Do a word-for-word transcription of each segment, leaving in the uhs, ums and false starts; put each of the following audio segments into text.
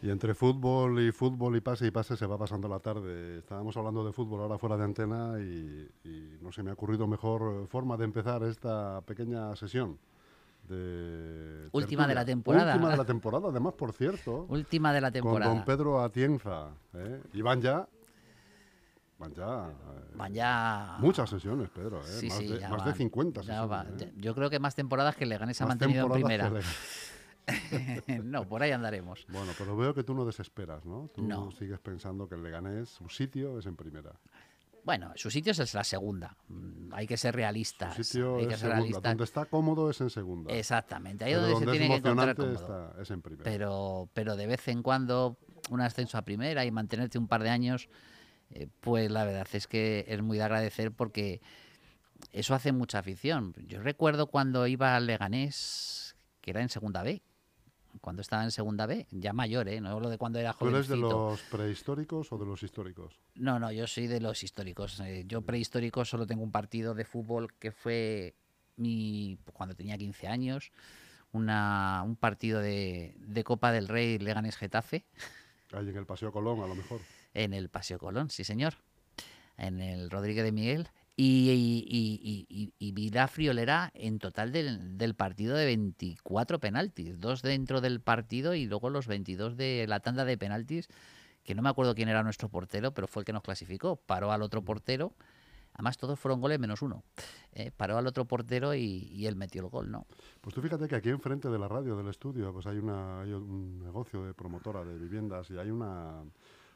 Y entre fútbol y fútbol y pase y pase se va pasando la tarde. Estábamos hablando de fútbol ahora fuera de antena y, y no se me ha ocurrido mejor forma de empezar esta pequeña sesión de Última de la tertulia. Última de temporada. la temporada, además, por cierto, Última de la con don temporada. Pedro Atienza. ¿eh? Y van ya, van ya Van eh, muchas ya. sesiones, Pedro, ¿eh? Sí, más, sí, de, ya más de van. cincuenta Ya sesiones. va. ¿eh? Yo creo que más temporadas que el Leganés se ha Más mantenido en temporadas que primera. le... No, por ahí andaremos. Bueno, pero veo que tú no desesperas, ¿no? Tú No. sigues pensando que el Leganés, su sitio es en primera. Bueno, su sitio es la segunda. Mm, Hay que ser Su realistas. Hay sitio que es ser segunda. realistas. Donde está cómodo es en segunda. Exactamente. Ahí es Pero donde se donde es tiene que encontrar emocionante cómodo. está, es en primera. Pero, pero de vez en cuando un ascenso a primera y mantenerte un par de años, eh, pues la verdad es que es muy de agradecer porque eso hace mucha afición. Yo recuerdo cuando iba al Leganés, que era en segunda B, cuando estaba en segunda B, ya mayor, ¿eh? No hablo de cuando era ¿Tú eres de jovencito. los prehistóricos o de los históricos? No, no, yo soy de los históricos. Eh, yo prehistórico solo tengo un partido de fútbol que fue mi cuando tenía quince años, una, un partido de, de Copa del Rey Leganés Getafe Ahí en el Paseo Colón, a lo mejor. en el Paseo Colón, sí señor, en el Rodríguez de Miguel. Y, y, y, y, y vi la friolera en total del, del partido de veinticuatro penaltis, dos dentro del partido y luego los veintidós de la tanda de penaltis, que no me acuerdo quién era nuestro portero, pero fue el que nos clasificó. Paró al otro portero, además todos fueron goles menos uno. Eh, paró al otro portero y, y él metió el gol, ¿no? Pues tú fíjate que aquí enfrente de la radio, del estudio, pues hay, una, hay un negocio de promotora de viviendas y hay una,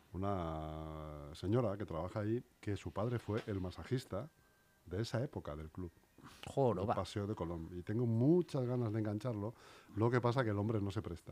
una señora que trabaja ahí que su padre fue el masajista de esa época del club, del Joroba. Paseo de Colón. Y tengo muchas ganas de engancharlo, lo que pasa que el hombre no se presta.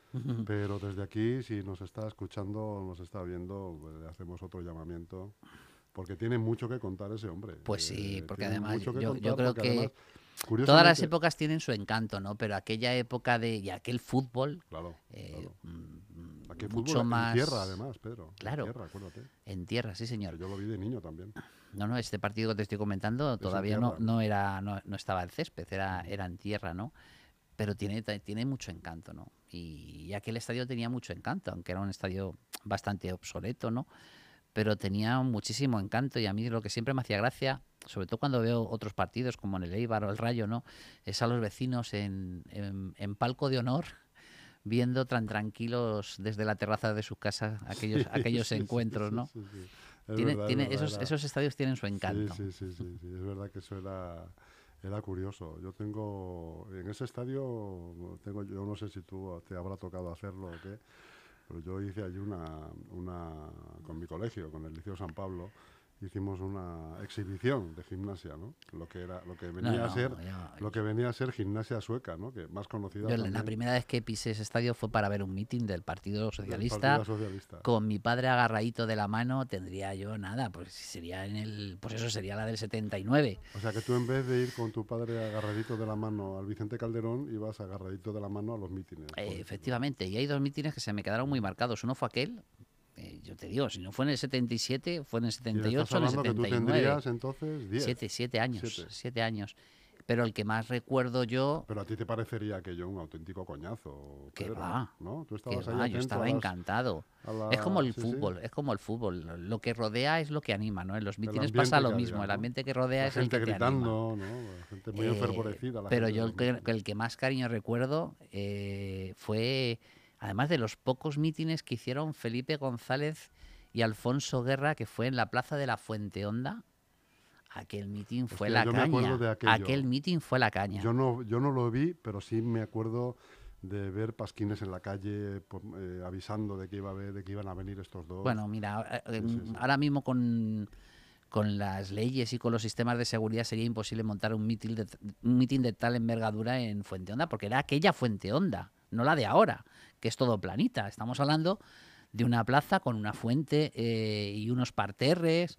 Pero desde aquí, si nos está escuchando, nos está viendo, pues le hacemos otro llamamiento, porque tiene mucho que contar ese hombre. Pues sí, Eh, porque tiene además mucho que yo, yo contar, creo porque además, que todas las curiosamente, épocas tienen su encanto, ¿no? Pero aquella época de y aquel fútbol, claro, eh, claro. Aquí mm, hay mucho fútbol en tierra, más. además, Pedro. En Claro, tierra, acuérdate. en tierra, sí Que señor. yo lo vi de niño también. No, no, este partido que te estoy comentando Es en todavía no, tierra. no era, no, no estaba el césped, era, Ujú. era en tierra, ¿no? Pero tiene, ta- tiene mucho encanto, ¿no? Y, y aquel estadio tenía mucho encanto, aunque era un estadio bastante obsoleto, ¿no? Pero tenía muchísimo encanto y a mí lo que siempre me hacía gracia, sobre todo cuando veo otros partidos como en el Eibar o el Rayo, ¿no? Es a los vecinos en, en, en palco de honor viendo tan tranquilos desde la terraza de sus casas aquellos, Sí, aquellos sí, sí, encuentros, sí, ¿no? sí, sí. Es Tiene, verdad, es tiene verdad. esos, Era... esos estadios tienen su Sí, encanto. sí, sí, sí, sí. Es verdad que eso era, era curioso. Yo tengo, en ese estadio, tengo, yo no sé si tú te habrá tocado hacerlo o qué, pero yo hice allí una, una, con mi colegio, con el Liceo San Pablo, hicimos una exhibición de gimnasia, ¿no? Lo que era, lo que No, venía a ser, no, yo, lo que venía a ser gimnasia sueca, ¿no? Que más conocida yo la también primera vez que pisé ese estadio fue para ver un mitin del Partido del Socialista Partido Socialista. con mi padre agarradito de la mano. Tendría yo nada, pues sería en el, pues eso sería la del setenta y nueve. O sea que tú en vez de ir con tu padre agarradito de la mano al Vicente Calderón, ibas agarradito de la mano a los mítines Eh, políticos. efectivamente, y hay dos mítines que se me quedaron muy marcados. Uno fue aquel, eh, yo te digo, si no fue en el setenta y siete, fue en el Y me setenta y estás ocho, en el hablando que tú setenta y nueve. tendrías entonces diez, Siete, siete años, siete. siete años. Pero el que más recuerdo yo, Pero a ti te parecería aquello un auténtico coñazo, que Pedro, va, ¿no? Tú que estabas ahí va, yo atento a estaba las... encantado. A Es como la... el Sí, sí, fútbol, es como el fútbol. Lo que rodea es lo que anima, ¿no? En los el mítines pasa ambiente lo que mismo. había, El ¿no? ambiente que rodea La es el gente que te anima. gritando, ¿no? La gente muy Eh, enfervorecida, la pero gente de yo los el que, mítines. el que más cariño recuerdo eh, fue, además de los pocos mítines que hicieron Felipe González y Alfonso Guerra, que fue en la plaza de la Fuente Honda. Aquel mitin fue Hostia, la yo me acuerdo caña. de Aquel aquello. mitin fue la caña. Yo no, yo no lo vi, pero sí me acuerdo de ver pasquines en la calle por- eh, avisando de que iba a haber, de que iban a venir estos dos. Bueno, mira, ahora Sí, sí, sí. ahora mismo con, con las leyes y con los sistemas de seguridad sería imposible montar un mitin de, un mitin de tal envergadura en Fuente Honda, porque era aquella Fuente Honda, no la de ahora, que es todo planita. Estamos hablando de una plaza con una fuente eh, y unos parterres.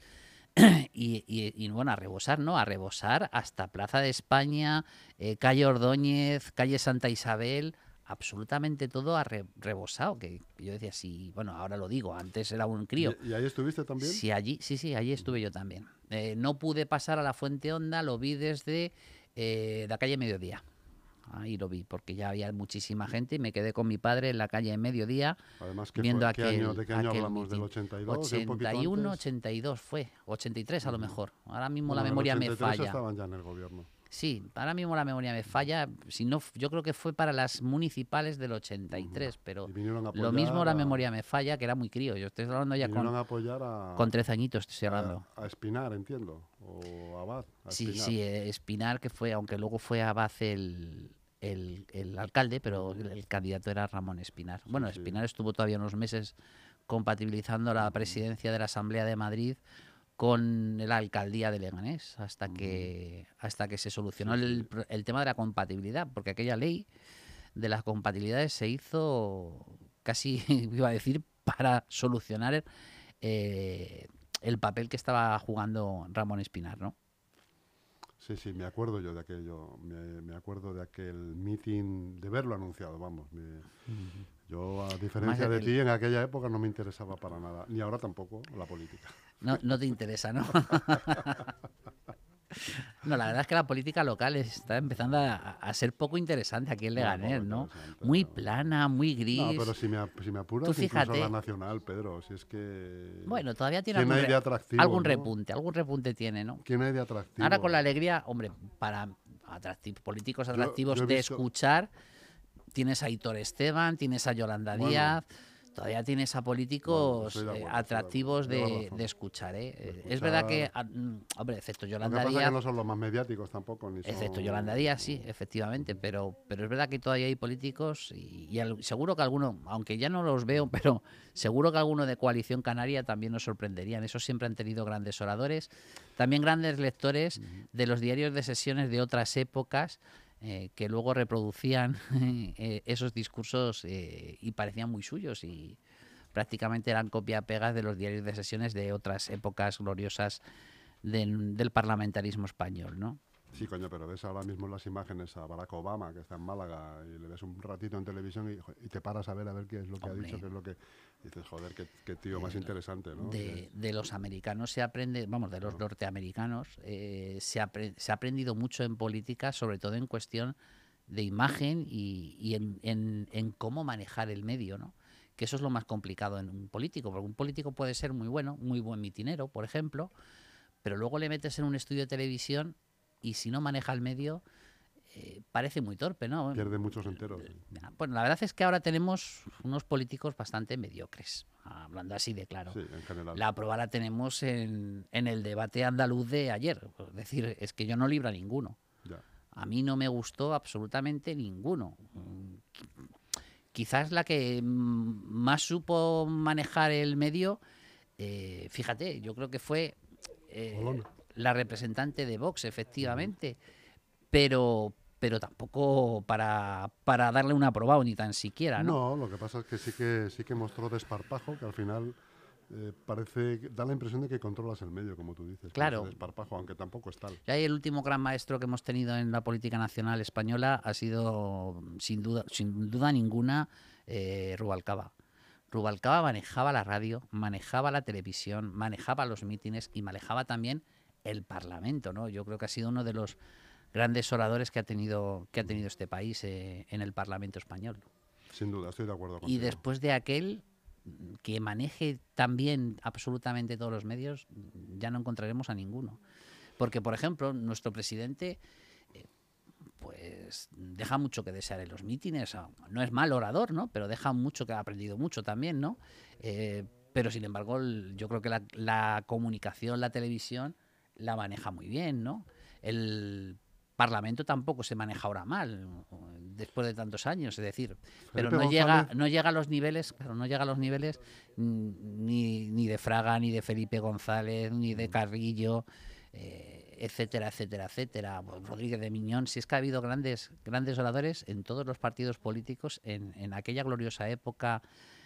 Y, y- y, bueno, a rebosar, ¿no? A rebosar hasta Plaza de España, eh, calle Ordóñez, calle Santa Isabel, absolutamente todo a re- rebosado. Que yo decía, sí, bueno, ahora lo digo, antes era un crío. ¿Y, y ahí estuviste también? Sí, allí, sí, sí, allí estuve yo también. Eh, no pude pasar a la Fuente Honda, lo vi desde eh, la calle Mediodía. Ahí lo vi, porque ya había muchísima gente y me quedé con mi padre en la calle en mediodía Además, ¿qué viendo fue? ¿Qué aquel, año, ¿de qué año aquel hablamos? ¿Del mitin. ochenta y dos? ¿De un poquito ochenta y uno, antes? ochenta y dos fue, ochenta y tres a lo Ujú. mejor. Ahora mismo Bueno, la en el memoria me ochenta y tres falla. estaban ya en el gobierno. Sí, ahora mismo la memoria me falla. Si no, yo creo que fue para las municipales del ochenta y tres, Ujú. pero Y vinieron a lo mismo apoyar la a, memoria me falla, que era muy crío. Yo estoy hablando ya vinieron con, a apoyar a, con trece añitos, estoy a, hablando. a Espinar, entiendo, o a Abad, a Sí, Espinar. sí, eh, Espinar, que fue, aunque luego fue Abad el, el, el alcalde, pero el, el candidato era Ramón Espinar. Sí, Bueno, sí. Espinar estuvo todavía unos meses compatibilizando la Ujú. presidencia de la Asamblea de Madrid con la alcaldía de Leganés hasta Ujú. que hasta que se solucionó Sí, el, sí. pro- el tema de la compatibilidad, porque aquella ley de las compatibilidades se hizo casi, iba a decir, para solucionar eh, el papel que estaba jugando Ramón Espinar, ¿no? Sí, sí, me acuerdo yo de aquello, me, me acuerdo de aquel meeting, de verlo anunciado, vamos. me- yo, a Además, diferencia el- de el- ti, en aquella época no me interesaba para nada, ni ahora tampoco, la política. no, no te interesa, ¿no? No, la verdad es que la política local está empezando a, a ser poco interesante aquí en No, Leganés, poco ¿no? interesante. Muy No, plana, muy no, pero gris. si me, ap- si me Tú apuras, incluso la fíjate, nacional, Pedro, si es que... bueno, todavía tiene ¿Quién algún, hay de re- atractivo, algún no? repunte, algún repunte tiene, ¿no? ¿Quién hay de Ahora con la atractivo? alegría, hombre, para atracti- políticos Yo, yo atractivos he de visto... escuchar, tienes a Aitor Esteban, tienes a Yolanda Bueno, Díaz, todavía tienes a bueno, políticos estoy de eh, acuerdo, estoy de acuerdo. atractivos Llevas de, razón. de escuchar, ¿eh? De Eh, Es verdad que, escuchar... ah, mm, hombre, excepto Lo que Yolanda pasa es que Díaz, no son los más mediáticos tampoco, ni excepto Yolanda son... Díaz, sí, efectivamente, pero, pero es verdad que todavía hay políticos y, y al- seguro que alguno, aunque ya no los veo, pero seguro que alguno de Coalición Canaria también nos sorprenderían. Esos siempre han tenido grandes oradores, también grandes lectores Ujú. de los diarios de sesiones de otras épocas eh, que luego reproducían eh, esos discursos eh, y parecían muy suyos y prácticamente eran copia-pegas de los diarios de sesiones de otras épocas gloriosas del, del parlamentarismo español, ¿no? Sí, coño, pero ves ahora mismo las imágenes a Barack Obama, que está en Málaga, y le ves un ratito en televisión y, jo- y te paras a ver a ver qué es lo que ha Hombre. dicho, qué es lo que... y dices, joder, qué, qué tío más interesante, ¿no? de, Que- de los americanos se aprende, vamos, de los Claro. norteamericanos, eh, se, apre- se ha aprendido mucho en política, sobre todo en cuestión de imagen y, y en, en- en cómo manejar el medio, ¿no? Que eso es lo más complicado en un político, porque un político puede ser muy bueno, muy buen mitinero, por ejemplo, pero luego le metes en un estudio de televisión y si no maneja el medio, eh, parece muy torpe, ¿no? Pierde muchos enteros. sí. Bueno, la verdad es que ahora tenemos unos políticos bastante mediocres, hablando así de claro. Sí, en general. La prueba la tenemos en, en el debate andaluz de ayer. Es decir, es que yo no libro a ninguno. Ya. A mí no me gustó absolutamente ninguno. Mm, qui- Quizás la que mm, más supo manejar el medio, eh, fíjate, yo creo que fue eh, Olona. la representante de Vox, efectivamente, pero, pero tampoco para, para darle un aprobado ni tan siquiera, ¿no? No, lo que pasa es que sí que sí que mostró desparpajo, que al final eh, parece, que- da la impresión de que controlas el medio, como tú dices. con Claro. ese desparpajo, aunque tampoco es tal. Y ahí el último gran maestro que hemos tenido en la política nacional española ha sido, sin duda, sin duda ninguna, eh, Rubalcaba. Rubalcaba manejaba la radio, manejaba la televisión, manejaba los mítines y manejaba también el Parlamento, ¿no? Yo creo que ha sido uno de los grandes oradores que ha tenido, que ha tenido este país eh, en el Parlamento español. Sin duda, estoy de acuerdo Y contigo. después de aquel que maneje también absolutamente todos los medios, ya no encontraremos a ninguno. Porque, por ejemplo, nuestro presidente eh, pues deja mucho que desear en los mítines. Ah, no es mal orador, ¿no? Pero deja mucho, que ha aprendido mucho también, ¿no? Eh, pero, sin embargo, el- yo creo que la, la comunicación, la televisión, la maneja muy bien, ¿no? El Parlamento tampoco se maneja ahora mal, después de tantos años, es decir, pero Felipe no llega, González- no llega a los niveles, claro, no llega a los niveles mm, ni, ni de Fraga, ni de Felipe González, ni de Carrillo, eh, etcétera, etcétera, etcétera. Pues Rodríguez de Miñón, si es que ha habido grandes, grandes oradores en todos los partidos políticos en, en aquella gloriosa época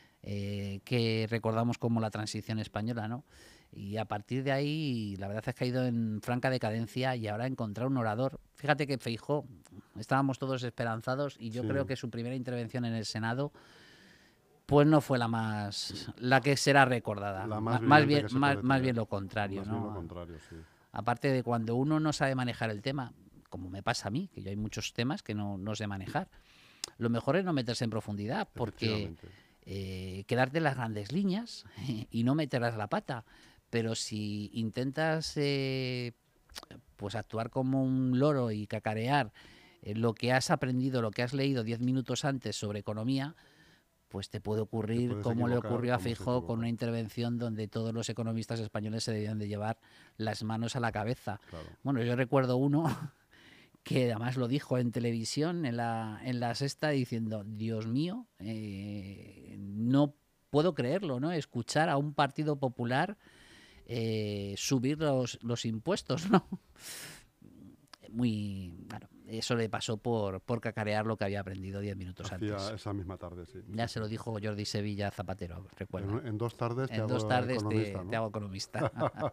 eh, que recordamos como la transición española, ¿no? Y a partir de ahí, la verdad es que ha ido en franca decadencia y ahora encontrar un orador. Fíjate que Feijóo, estábamos todos esperanzados y yo Sí. creo que su primera intervención en el Senado pues no fue la más la que será recordada. La Ma- más más brillante bien que se más, puede más tener. bien lo contrario, Más ¿no? bien lo contrario, sí. Aparte de cuando uno no sabe manejar el tema, como me pasa a mí, que yo hay muchos temas que no, no sé manejar. Lo mejor es no meterse en profundidad, porque eh, quedarte en las grandes líneas y no meterlas la pata. Pero si intentas eh, pues actuar como un loro y cacarear eh, lo que has aprendido, lo que has leído diez minutos antes sobre economía, pues te puede ocurrir te como le ocurrió a Feijóo con una intervención donde todos los economistas españoles se debían de llevar las manos a la cabeza. Claro. Bueno, yo recuerdo uno que además lo dijo en televisión, en la, en la Sexta, diciendo, Dios mío, eh, no puedo creerlo, ¿no? Escuchar a un Partido Popular eh, subir los, los impuestos, ¿no? Muy, bueno, eso le pasó por, por cacarear lo que había aprendido diez minutos Hacía antes. esa misma tarde, sí. Ya se lo dijo Jordi Sevilla Zapatero, recuerdo. En, en dos tardes te en hago dos tardes economista, te, ¿no? te hago economista.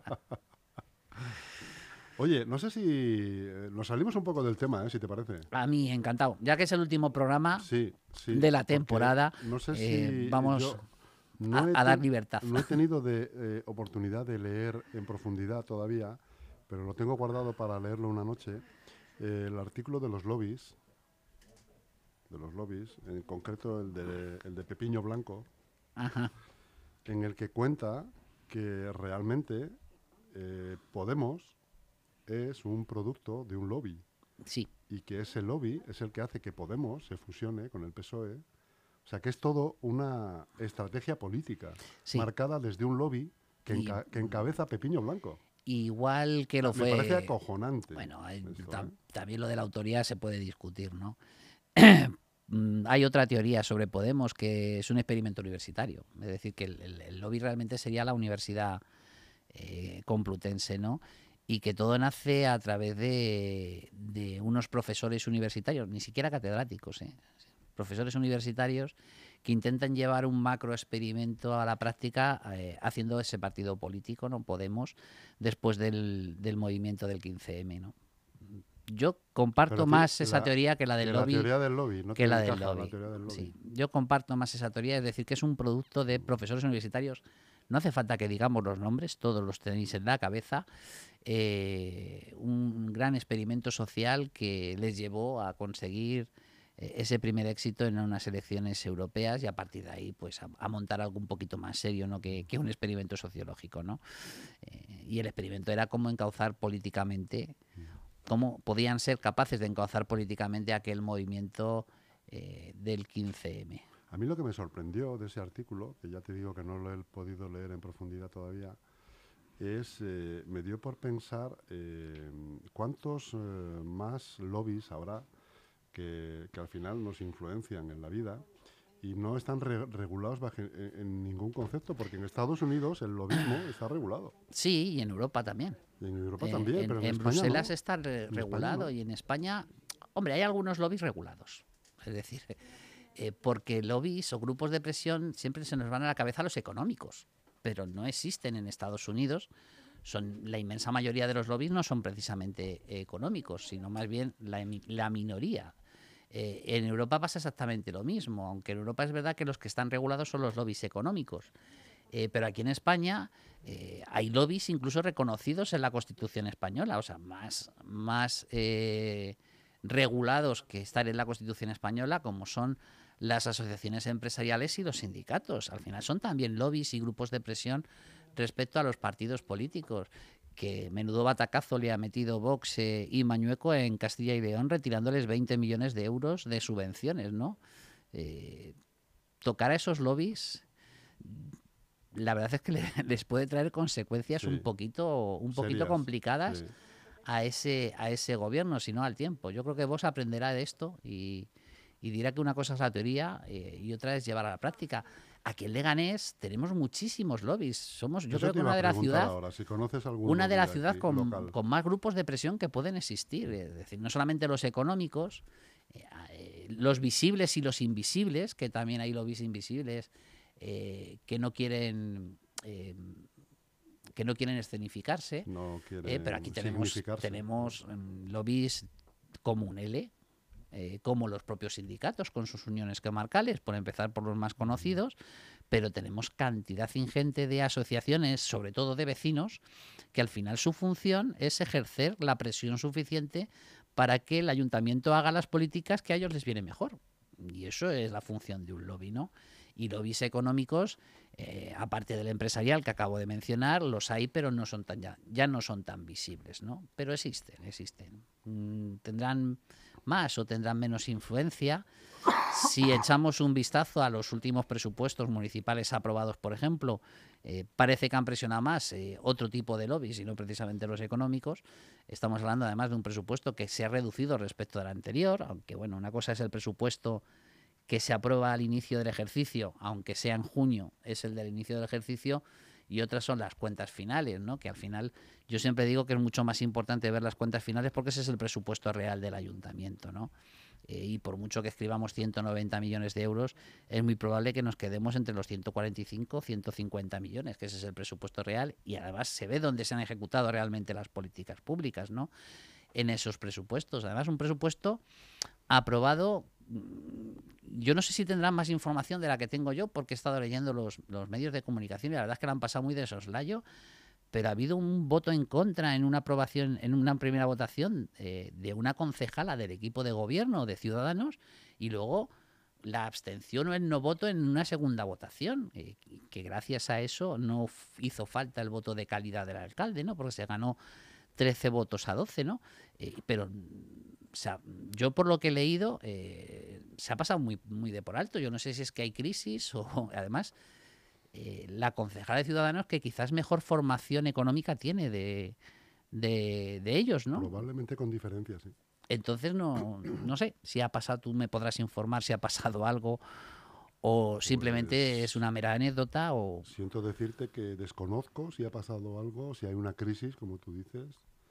Oye, no sé si nos salimos un poco del tema, ¿eh? Si te parece. A mí, encantado. Ya que es el último programa sí, sí, de la temporada, no sé eh, si vamos yo no a, he a dar ten- libertad. No he tenido de, eh, oportunidad de leer en profundidad todavía, pero lo tengo guardado para leerlo una noche. Eh, el artículo de los lobbies, de los lobbies, en concreto el de, el de Pepiño Blanco, Ajá. en el que cuenta que realmente eh, Podemos es un producto de un lobby Sí, y que ese lobby es el que hace que Podemos se fusione con el P S O E. O sea, que es todo una estrategia política sí. marcada desde un lobby que, Y- enca- que encabeza Pepiño Blanco. Igual que lo Me fue... parece acojonante. Bueno, hay- esto, tam- ¿eh? también lo de la autoría se puede discutir, ¿no? Mm, Hay otra teoría sobre Podemos que es un experimento universitario. Es decir, que el, el- el lobby realmente sería la Universidad eh, Complutense, ¿no? Y que todo nace a través de, de unos profesores universitarios, ni siquiera catedráticos, ¿eh? Profesores universitarios que intentan llevar un macro experimento a la práctica eh, haciendo ese partido político, ¿no? Podemos, después del, del movimiento del quince eme, ¿no? Yo comparto Pero ti- más esa la- teoría que la que del la lobby. teoría del lobby, no que te la del encaja la lobby. teoría del lobby. Sí, yo comparto más esa teoría, es decir, que es un producto de profesores universitarios. No hace falta que digamos los nombres, todos los tenéis en la cabeza. Eh, un gran experimento social que les llevó a conseguir eh, ese primer éxito en unas elecciones europeas y a partir de ahí pues a, a montar algo un poquito más serio, ¿no? que, que un experimento sociológico, ¿no? Eh, y el experimento era cómo encauzar políticamente, cómo podían ser capaces de encauzar políticamente aquel movimiento eh, del quince eme. A mí lo que me sorprendió de ese artículo, que ya te digo que no lo he podido leer en profundidad todavía, es, eh, me dio por pensar eh, cuántos eh, más lobbies habrá que, que al final nos influencian en la vida y no están re- regulados bajo, en, en ningún concepto, porque en Estados Unidos el lobismo está regulado. Sí, y en Europa también. Y en Europa Eh, también, en pero en, en España Bruselas no. está re- En España regulado no. y en España, hombre, hay algunos lobbies regulados. Es decir, eh, porque lobbies o grupos de presión siempre se nos van a la cabeza los económicos, pero no existen en Estados Unidos. Son, la inmensa mayoría de los lobbies no son precisamente eh, económicos, sino más bien la, emi- la minoría. Eh, en Europa pasa exactamente lo mismo, aunque en Europa es verdad que los que están regulados son los lobbies económicos. Eh, pero aquí en España eh, hay lobbies incluso reconocidos en la Constitución española, o sea, más, más eh, regulados que estar en la Constitución española, como son las asociaciones empresariales y los sindicatos. Al final son también lobbies y grupos de presión respecto a los partidos políticos, que menudo batacazo le ha metido Vox eh, y Mañueco en Castilla y León retirándoles veinte millones de euros de subvenciones, ¿no? Eh, tocar a esos lobbies, la verdad es que le, les puede traer consecuencias Sí. un poquito, un poquito Serias, complicadas sí. a ese, a ese gobierno, si no al tiempo. Yo creo que Vox aprenderá de esto y, y dirá que una cosa es la teoría eh, y otra es llevar a la práctica. Aquí en Leganés tenemos muchísimos lobbies. Somos, yo Eso creo te que iba una a de la preguntar ciudad, ahora, si conoces algún una de lobby la ciudad aquí, con, local. con más grupos de presión que pueden existir. Es decir, no solamente los económicos, eh, eh, los visibles y los invisibles, que también hay lobbies invisibles eh, que no quieren eh, que no quieren escenificarse. No quieren Eh, pero aquí tenemos, significarse. tenemos mm, lobbies como un L, eh, como los propios sindicatos con sus uniones comarcales, por empezar por los más conocidos, pero tenemos cantidad ingente de asociaciones, sobre todo de vecinos, que al final su función es ejercer la presión suficiente para que el ayuntamiento haga las políticas que a ellos les viene mejor. Y eso es la función de un lobby, ¿no? Y lobbies económicos, eh, aparte del empresarial que acabo de mencionar, los hay, pero no son tan ya, ya no son tan visibles, ¿no? Pero existen, existen. Mm, tendrán más o tendrán menos influencia. Si echamos un vistazo a los últimos presupuestos municipales aprobados, por ejemplo, eh, parece que han presionado más eh, otro tipo de lobbies y no precisamente los económicos. Estamos hablando además de un presupuesto que se ha reducido respecto al anterior, aunque bueno, una cosa es el presupuesto que se aprueba al inicio del ejercicio, aunque sea en junio, es el del inicio del ejercicio, y otras son las cuentas finales, ¿no? Que al final yo siempre digo que es mucho más importante ver las cuentas finales porque ese es el presupuesto real del ayuntamiento, ¿no? Eh, y por mucho que escribamos ciento noventa millones de euros, es muy probable que nos quedemos entre los ciento cuarenta y cinco, ciento cincuenta millones, que ese es el presupuesto real, y además se ve dónde se han ejecutado realmente las políticas públicas, ¿no? En esos presupuestos. Además, un presupuesto aprobado, yo no sé si tendrán más información de la que tengo yo, porque he estado leyendo los, los medios de comunicación y la verdad es que la han pasado muy de soslayo, pero ha habido un voto en contra en una aprobación, en una primera votación eh, de una concejala del equipo de gobierno de Ciudadanos, y luego la abstención o el no voto en una segunda votación, eh, que gracias a eso no hizo falta el voto de calidad del alcalde, ¿no? Porque se ganó trece votos a doce, ¿no? Eh, pero o sea, yo por lo que he leído eh, se ha pasado muy, muy de por alto. Yo no sé si es que hay crisis o además eh, la concejala de Ciudadanos que quizás mejor formación económica tiene de, de, de ellos, ¿no? Probablemente con diferencia, sí. Entonces no, no sé si ha pasado, tú me podrás informar si ha pasado algo o simplemente Pues, es una mera anécdota o... siento decirte que desconozco si ha pasado algo, si hay una crisis, como tú dices.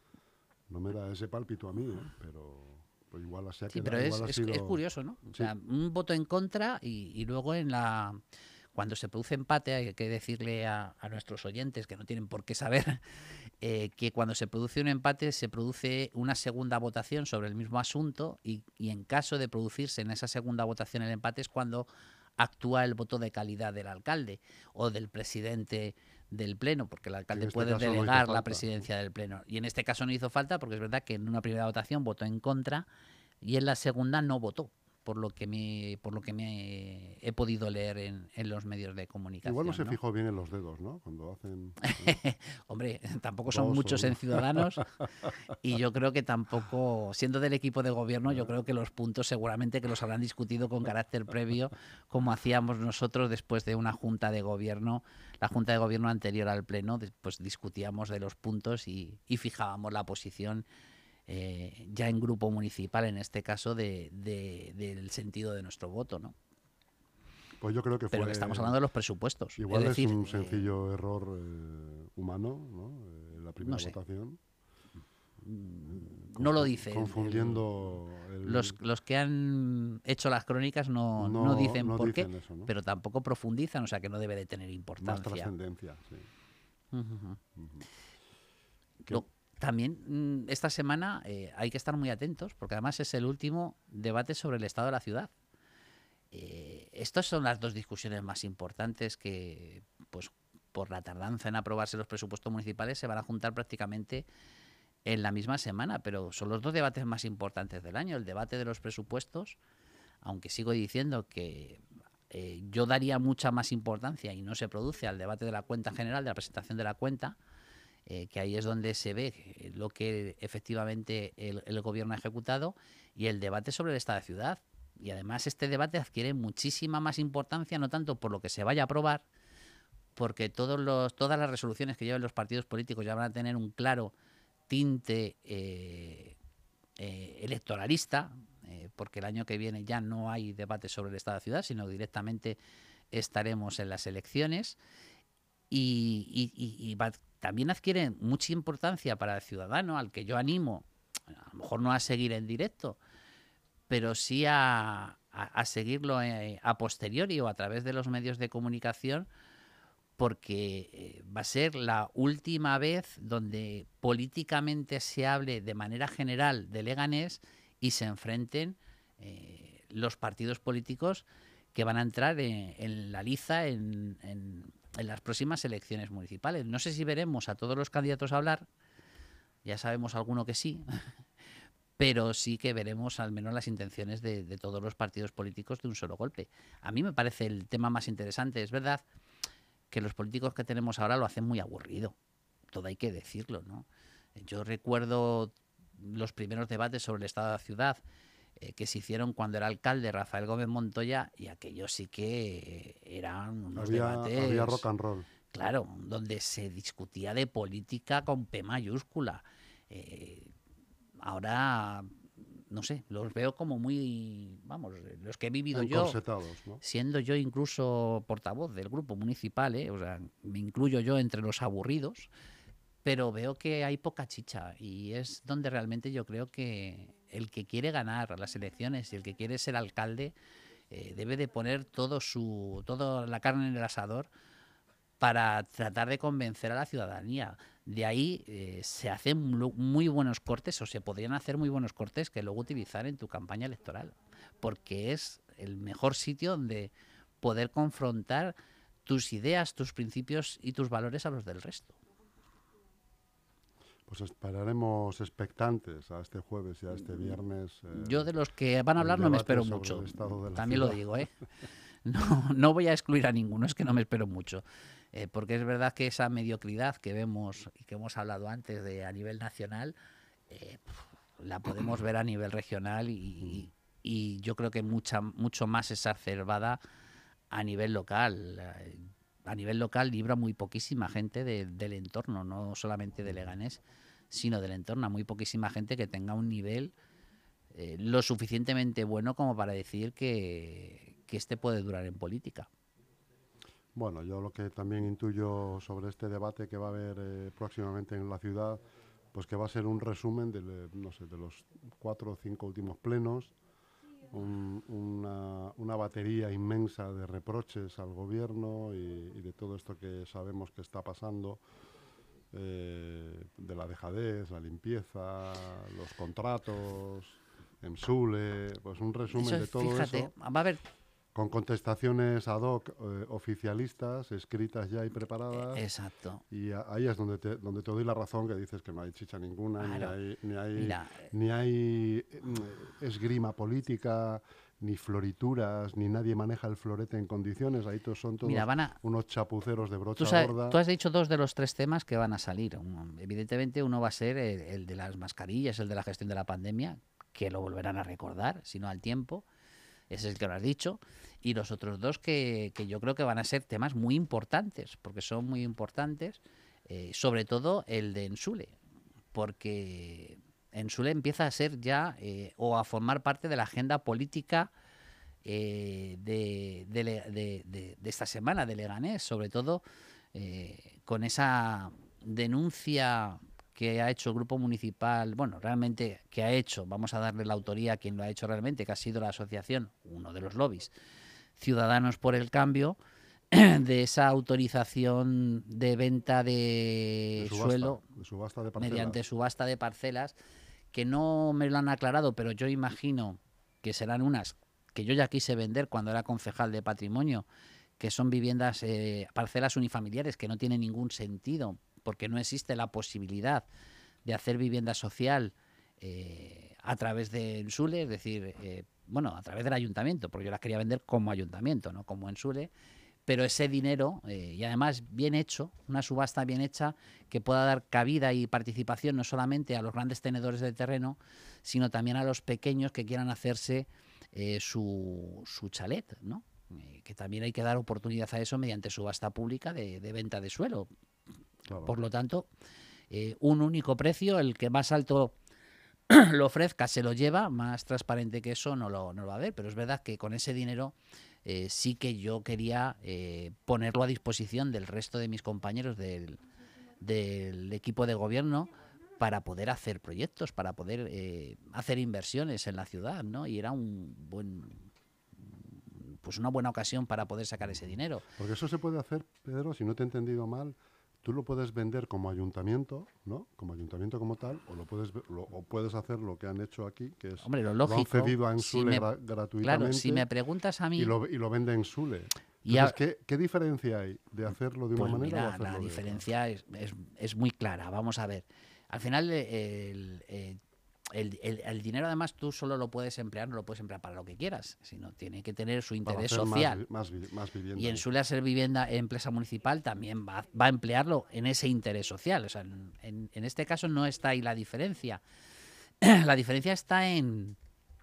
No me da ese pálpito a mí, ¿eh? Pero pues igual se ha Sí, quedado, pero es, igual ha es, sido... es curioso, ¿no? O Sí. sea, un voto en contra y, y luego en la... Cuando se produce empate, hay que decirle a, a nuestros oyentes, que no tienen por qué saber, eh, que cuando se produce un empate se produce una segunda votación sobre el mismo asunto y, y en caso de producirse en esa segunda votación el empate es cuando actúa el voto de calidad del alcalde o del presidente del pleno, porque el alcalde este puede caso no hizo delegar la falta, presidencia del pleno. Y en este caso no hizo falta porque es verdad que en una primera votación votó en contra y en la segunda no votó, por lo que me, por lo que me he podido leer en, en los medios de comunicación. Igual no se ¿no? fijó bien en los dedos, ¿no? Cuando hacen... ¿eh? Hombre, tampoco son Dos o muchos uno. en Ciudadanos y yo creo que tampoco, siendo del equipo de gobierno, yo creo que los puntos seguramente que los habrán discutido con carácter previo, como hacíamos nosotros después de una junta de gobierno, la junta de gobierno anterior al pleno, pues discutíamos de los puntos y, y fijábamos la posición eh, ya en grupo municipal, en este caso, de, de, del sentido de nuestro voto, ¿no? Pues yo creo que Pero fue... que estamos hablando de los presupuestos. Igual es, decir, es un eh, sencillo error eh, humano, ¿no? Eh, la primera no sé. votación. No lo dicen. Confundiendo... El, el, los, los que han hecho las crónicas no, no, no dicen no por dicen qué, eso, ¿no? pero tampoco profundizan, o sea que no debe de tener importancia. Más trascendencia, sí. Uh -huh. Uh -huh. Lo, también esta semana eh, hay que estar muy atentos, porque además es el último debate sobre el estado de la ciudad. Eh, estas son las dos discusiones más importantes que, pues, por la tardanza en aprobarse los presupuestos municipales, se van a juntar prácticamente en la misma semana, pero son los dos debates más importantes del año. El debate de los presupuestos, aunque sigo diciendo que eh, yo daría mucha más importancia y no se produce al debate de la cuenta general, de la presentación de la cuenta, eh, que ahí es donde se ve lo que efectivamente el, el gobierno ha ejecutado, y el debate sobre el estado de ciudad. Y además este debate adquiere muchísima más importancia, no tanto por lo que se vaya a aprobar, porque todos los, todas las resoluciones que lleven los partidos políticos ya van a tener un claro tinte eh, eh, electoralista, eh, porque el año que viene ya no hay debate sobre el estado de ciudad, sino directamente estaremos en las elecciones, y, y, y, y va, también adquiere mucha importancia para el ciudadano, al que yo animo, a lo mejor no a seguir en directo, pero sí a, a, a seguirlo eh, a posteriori o a través de los medios de comunicación, porque eh, va a ser la última vez donde políticamente se hable de manera general de Leganés y se enfrenten eh, los partidos políticos que van a entrar en, en la liza en, en, en las próximas elecciones municipales. No sé si veremos a todos los candidatos hablar, ya sabemos alguno que sí, pero sí que veremos al menos las intenciones de, de todos los partidos políticos de un solo golpe. A mí me parece el tema más interesante. Es verdad que los políticos que tenemos ahora lo hacen muy aburrido, todo hay que decirlo, ¿no? Yo recuerdo los primeros debates sobre el estado de la ciudad eh, que se hicieron cuando era alcalde Rafael Gómez Montoya, y aquellos sí que eran unos Había, debates... había rock and roll. Claro, donde se discutía de política con P mayúscula. Eh, ahora, no sé, los veo como muy, vamos, los que he vivido yo, ¿no? siendo yo incluso portavoz del grupo municipal, ¿eh? O sea, me incluyo yo entre los aburridos, pero veo que hay poca chicha, y es donde realmente yo creo que el que quiere ganar las elecciones y el que quiere ser alcalde eh, debe de poner todo su, toda la carne en el asador para tratar de convencer a la ciudadanía. De ahí eh, se hacen muy buenos cortes, o se podrían hacer muy buenos cortes que luego utilizar en tu campaña electoral, porque es el mejor sitio donde poder confrontar tus ideas, tus principios y tus valores a los del resto. Pues esperaremos expectantes a este jueves y a este viernes. Eh, Yo de los que van a hablar no me espero mucho, también ciudad. lo digo, ¿eh? No, no voy a excluir a ninguno, es que no me espero mucho. Eh, porque es verdad que esa mediocridad que vemos y que hemos hablado antes de a nivel nacional, eh, la podemos ver a nivel regional y, y yo creo que mucha, mucho más exacerbada a nivel local. A nivel local libra muy poquísima gente de, del entorno, no solamente de Leganés, sino del entorno, muy poquísima gente que tenga un nivel eh, lo suficientemente bueno como para decir que, que este puede durar en política. Bueno, yo lo que también intuyo sobre este debate que va a haber eh, próximamente en la ciudad, pues que va a ser un resumen de, no sé, de los cuatro o cinco últimos plenos, un, una, una batería inmensa de reproches al gobierno y, y de todo esto que sabemos que está pasando, eh, de la dejadez, la limpieza, los contratos, EMSULE, pues un resumen eso, de todo fíjate, eso. Va a haber Con contestaciones ad hoc eh, oficialistas, escritas ya y preparadas. Exacto. Y a, ahí es donde te, donde te doy la razón, que dices que no hay chicha ninguna, Claro. ni hay, ni hay, Mira, ni hay eh, esgrima política, ni florituras, ni nadie maneja el florete en condiciones. Ahí todos son todos mira, van a, unos chapuceros de brocha tú, sabes, gorda. tú has dicho dos de los tres temas que van a salir. Un, evidentemente uno va a ser el, el de las mascarillas, el de la gestión de la pandemia, que lo volverán a recordar, si no al tiempo. Ese es el que lo has dicho. Y los otros dos que, que yo creo que van a ser temas muy importantes, porque son muy importantes, eh, sobre todo el de EMSULE, porque EMSULE empieza a ser ya, eh, o a formar parte de la agenda política eh, de, de, de, de, de esta semana, de Leganés, sobre todo eh, con esa denuncia que ha hecho el grupo municipal, bueno, realmente que ha hecho, vamos a darle la autoría a quien lo ha hecho realmente, que ha sido la asociación, uno de los lobbies, Ciudadanos por el Cambio, de esa autorización de venta de, de subasta, suelo de subasta de parcelas. mediante subasta de parcelas, que no me lo han aclarado, pero yo imagino que serán unas que yo ya quise vender cuando era concejal de patrimonio, que son viviendas, eh, parcelas unifamiliares, que no tienen ningún sentido, porque no existe la posibilidad de hacer vivienda social eh, a través de EMSULE, es decir, eh, bueno, a través del ayuntamiento, porque yo las quería vender como ayuntamiento, no como EMSULE, pero ese dinero, eh, y además bien hecho, una subasta bien hecha, que pueda dar cabida y participación no solamente a los grandes tenedores de terreno, sino también a los pequeños que quieran hacerse eh, su, su chalet, ¿no? Eh, que también hay que dar oportunidad a eso mediante subasta pública de, de venta de suelo. Claro. Por lo tanto, eh, un único precio, el que más alto lo ofrezca se lo lleva, más transparente que eso no lo, no lo va a haber, pero es verdad que con ese dinero eh, sí que yo quería eh, ponerlo a disposición del resto de mis compañeros del, del equipo de gobierno para poder hacer proyectos, para poder eh, hacer inversiones en la ciudad, ¿no? Y era un buen... pues una buena ocasión para poder sacar ese dinero. Porque eso se puede hacer, Pedro, si no te he entendido mal, tú lo puedes vender como ayuntamiento, ¿no? Como ayuntamiento como tal, o lo puedes lo, o puedes hacer lo que han hecho aquí, que es Hombre, lo lógico, lo han cedido a EMSULE si me, gra gratuitamente. Claro, si me preguntas a mí... Y lo, y lo vende EMSULE. Entonces, a, ¿qué, ¿qué diferencia hay de hacerlo de una pues manera mira, o hacerlo la de diferencia es, es, es muy clara. Vamos a ver. Al final, el, el, el, el- el dinero además tú solo lo puedes emplear, no lo puedes emplear para lo que quieras, sino tiene que tener su Para interés hacer más, social. vi- más, vi- más vivienda. Y en Sule, a ser vivienda empresa municipal, también va, va a emplearlo en ese interés social. O sea, en, en- en este caso no está ahí la diferencia. La diferencia está en,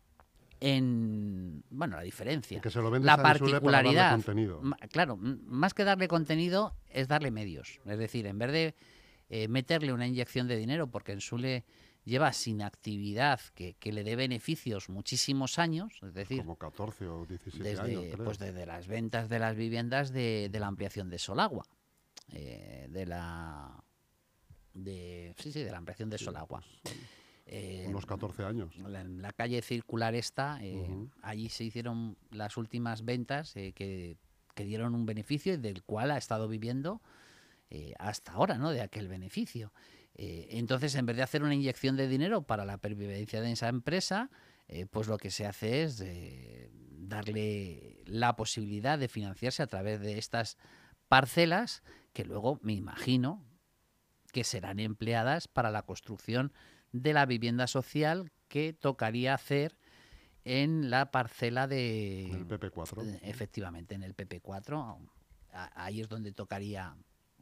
en bueno, la diferencia, En que se lo vendes la a Sule para darle particularidad. contenido. Ma- Claro, m- más que darle contenido es darle medios. Es decir, en vez de eh, meterle una inyección de dinero, porque en Sule lleva sin actividad que, que le dé beneficios muchísimos años, es decir, Como catorce o diecisiete años, desde, creo. pues desde las ventas de las viviendas de, de la ampliación de Solagua, eh, de la de sí sí de la ampliación de Sí, Solagua. pues, Eh, unos catorce años. la- en la calle circular esta, eh, Ujú. allí se hicieron las últimas ventas eh, que, que dieron un beneficio y del cual ha estado viviendo eh, hasta ahora, ¿no? De aquel beneficio. Eh, entonces, en vez de hacer una inyección de dinero para la pervivencia de esa empresa, eh, pues lo que se hace es eh, darle la posibilidad de financiarse a través de estas parcelas que luego me imagino que serán empleadas para la construcción de la vivienda social que tocaría hacer en la parcela de... En el P P cuatro. eh, Efectivamente, en el P P cuatro. a- Ahí es donde tocaría,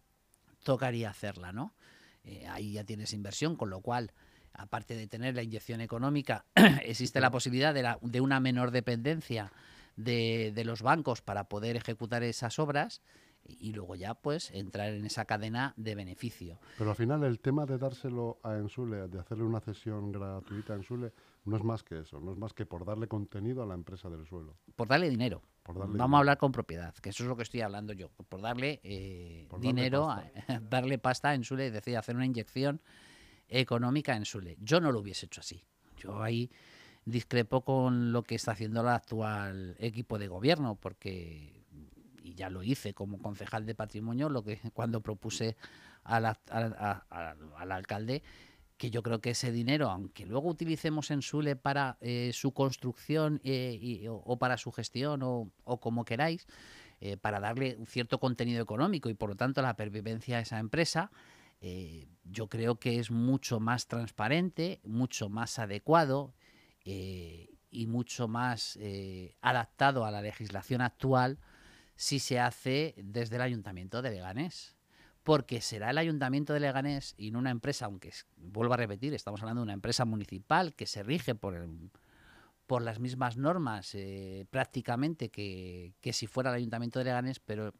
tocaría hacerla, ¿no? Eh, ahí ya tienes inversión, con lo cual, aparte de tener la inyección económica, existe la posibilidad de, la- de una menor dependencia de, de los bancos para poder ejecutar esas obras y luego ya pues entrar en esa cadena de beneficio. Pero al final el tema de dárselo a Ensule, de hacerle una cesión gratuita a Ensule, no es más que eso, no es más que por darle contenido a la empresa del suelo. Por darle dinero. Por darle Vamos dinero. a hablar con propiedad, que eso es lo que estoy hablando yo. Por darle eh, Por darle dinero, pasta. a- darle pasta en Sule, es decir, hacer una inyección económica en Sule. Yo no lo hubiese hecho así. Yo ahí discrepo con lo que está haciendo el actual equipo de gobierno, porque, y ya lo hice como concejal de patrimonio, lo que cuando propuse al, a- a- a- al alcalde, que yo creo que ese dinero, aunque luego utilicemos en Sule para eh, su construcción eh, y- o, o para su gestión o, o como queráis, eh, para darle un cierto contenido económico y por lo tanto la pervivencia a esa empresa, eh, yo creo que es mucho más transparente, mucho más adecuado eh, y mucho más eh, adaptado a la legislación actual si se hace desde el Ayuntamiento de Leganés. Porque será el Ayuntamiento de Leganés y no una empresa, aunque es- vuelvo a repetir, estamos hablando de una empresa municipal que se rige por, el- por las mismas normas eh, prácticamente que, que si fuera el Ayuntamiento de Leganés, pero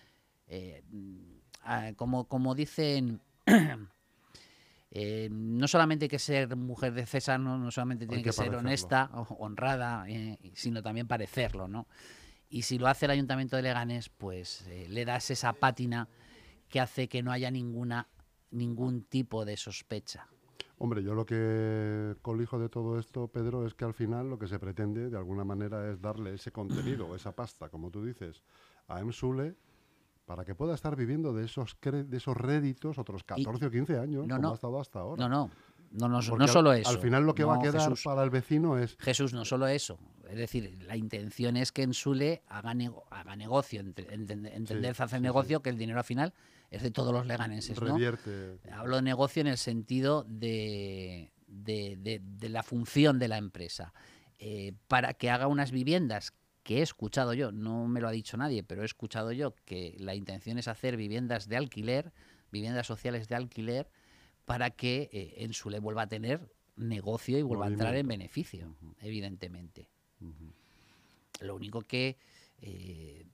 eh, mm, ah, como, como dicen, eh, no solamente hay que ser mujer de César, no, no solamente tiene que que, ser parecerlo. honesta, o- honrada, eh, sino también parecerlo, ¿no? Y si lo hace el Ayuntamiento de Leganés, pues eh, le das esa pátina que hace que no haya ninguna ningún tipo de sospecha. Hombre, yo lo que colijo de todo esto, Pedro, es que al final lo que se pretende, de alguna manera, es darle ese contenido, esa pasta, como tú dices, a Ensule para que pueda estar viviendo de esos, cre- de esos réditos otros catorce o quince años, no, como no. ha estado hasta ahora. No, no, no, no, Porque no al- solo eso. Al final lo que va a No, quedar Jesús. para el vecino es... Jesús, no solo eso. Es decir, la intención es que en Sule haga, nego- haga negocio, ent- enten- entender Sí, hacer sí, negocio, que el dinero al final es de todos los leganenses, ¿no? revierte... Hablo de negocio en el sentido de, de, de- de la función de la empresa. Eh, para que haga unas viviendas que he escuchado yo, no me lo ha dicho nadie, pero he escuchado yo que la intención es hacer viviendas de alquiler, viviendas sociales de alquiler, para que eh, en Sule vuelva a tener negocio y vuelva a entrar en Movimiento. beneficio, evidentemente. Ujú. Lo único que eh,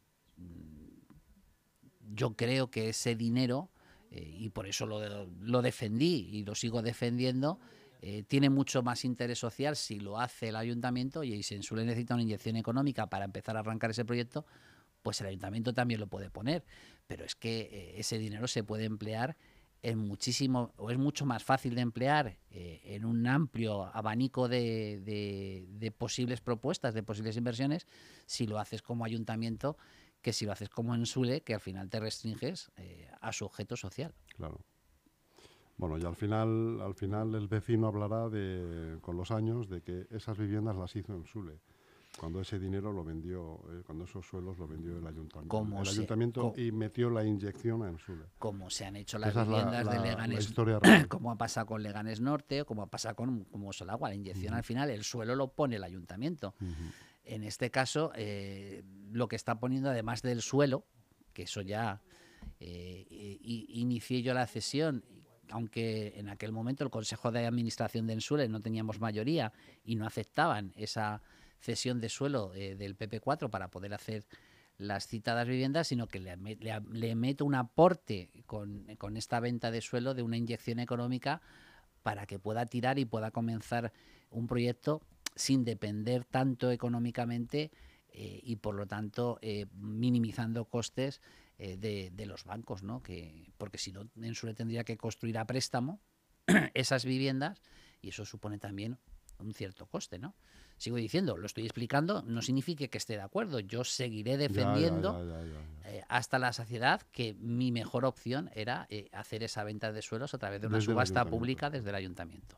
yo creo que ese dinero, eh, y por eso lo, lo defendí y lo sigo defendiendo, eh, tiene mucho más interés social si lo hace el ayuntamiento y si en Sule necesita una inyección económica para empezar a arrancar ese proyecto, pues el ayuntamiento también lo puede poner. Pero es que eh, ese dinero se puede emplear en muchísimo, o es mucho más fácil de emplear eh, en un amplio abanico de, de, de posibles propuestas, de posibles inversiones, si lo haces como ayuntamiento, que si lo haces como en Sule, que al final te restringes eh, a su objeto social. Claro. Bueno, y al final, al final el vecino hablará de, con los años de que esas viviendas las hizo en Sule. Cuando ese dinero lo vendió, eh, cuando esos suelos lo vendió el ayuntamiento. Como el se- ayuntamiento co- y metió la inyección a Ensure. Como se han hecho las Esa es la, viviendas de la- la Leganés, historia real. como ha pasado con Leganés Norte o como ha pasado con como Solagua. La inyección Ujú. al final, el suelo lo pone el ayuntamiento. Ujú. En este caso, eh, lo que está poniendo, además del suelo, que eso ya eh, i- inicié yo la cesión, aunque en aquel momento el Consejo de Administración de Ensure no teníamos mayoría y no aceptaban esa cesión de suelo eh, del P P cuatro para poder hacer las citadas viviendas, sino que le, me- le, le meto un aporte con, con esta venta de suelo de una inyección económica para que pueda tirar y pueda comenzar un proyecto sin depender tanto económicamente eh, y por lo tanto eh, minimizando costes eh, de, de los bancos, ¿no? Que, porque si no, Ensure tendría que construir a préstamo esas viviendas y eso supone también un cierto coste, ¿no? Sigo diciendo, lo estoy explicando, no significa que esté de acuerdo. Yo seguiré defendiendo Ya, ya, ya, ya, ya, ya. eh, hasta la saciedad que mi mejor opción era eh, hacer esa venta de suelos a través de una Desde el subasta ayuntamiento. pública desde el ayuntamiento.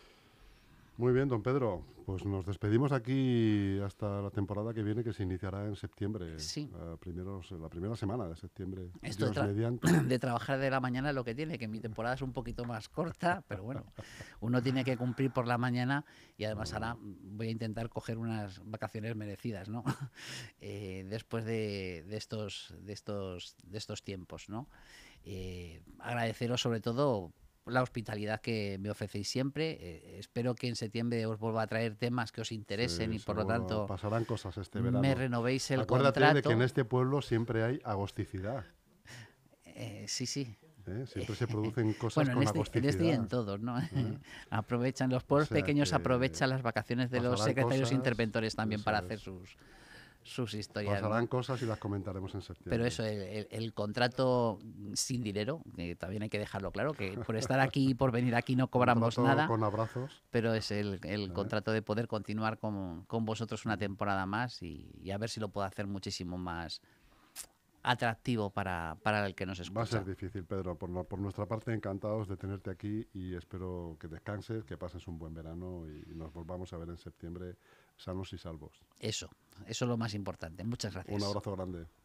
Muy bien, don Pedro. Pues nos despedimos aquí hasta la temporada que viene, que se iniciará en septiembre. Sí. a primeros- la primera semana de septiembre. Esto de, Dios tra- mediante. de trabajar de la mañana es lo que tiene, que mi temporada es un poquito más corta, pero bueno, uno tiene que cumplir por la mañana y además ahora voy a intentar coger unas vacaciones merecidas, ¿no? Eh, después de, de estos, de, estos, de estos tiempos, ¿no? Eh, agradeceros sobre todo la hospitalidad que me ofrecéis siempre. Eh, espero que en septiembre os vuelva a traer temas que os interesen Sí, y por lo seguro tanto pasarán cosas este verano. me renovéis el Acuérdate contrato. de que en este pueblo siempre hay agosticidad. Eh, sí, sí. ¿eh? Siempre se producen cosas Bueno, en con este, en agosticidad. este y en todos, ¿no? ¿eh? Aprovechan los pueblos O sea pequeños, que aprovechan las vacaciones de los pasarán secretarios cosas, interventores también eso para es. hacer sus, sus historias, Pasarán ¿no? cosas y las comentaremos en septiembre. Pero eso, el, el- el contrato sin dinero, que también hay que dejarlo claro, que por estar aquí y por venir aquí no cobramos Contrato nada, con abrazos. pero es el, el ¿eh? contrato de poder continuar con, con vosotros una temporada más y, y a ver si lo puedo hacer muchísimo más atractivo para, para el que nos escucha. Va a ser difícil, Pedro. Por, no- por nuestra parte, encantados de tenerte aquí y espero que descanses, que pases un buen verano y, y nos volvamos a ver en septiembre sanos y salvos. Eso, eso es lo más importante. Muchas gracias. Un abrazo grande.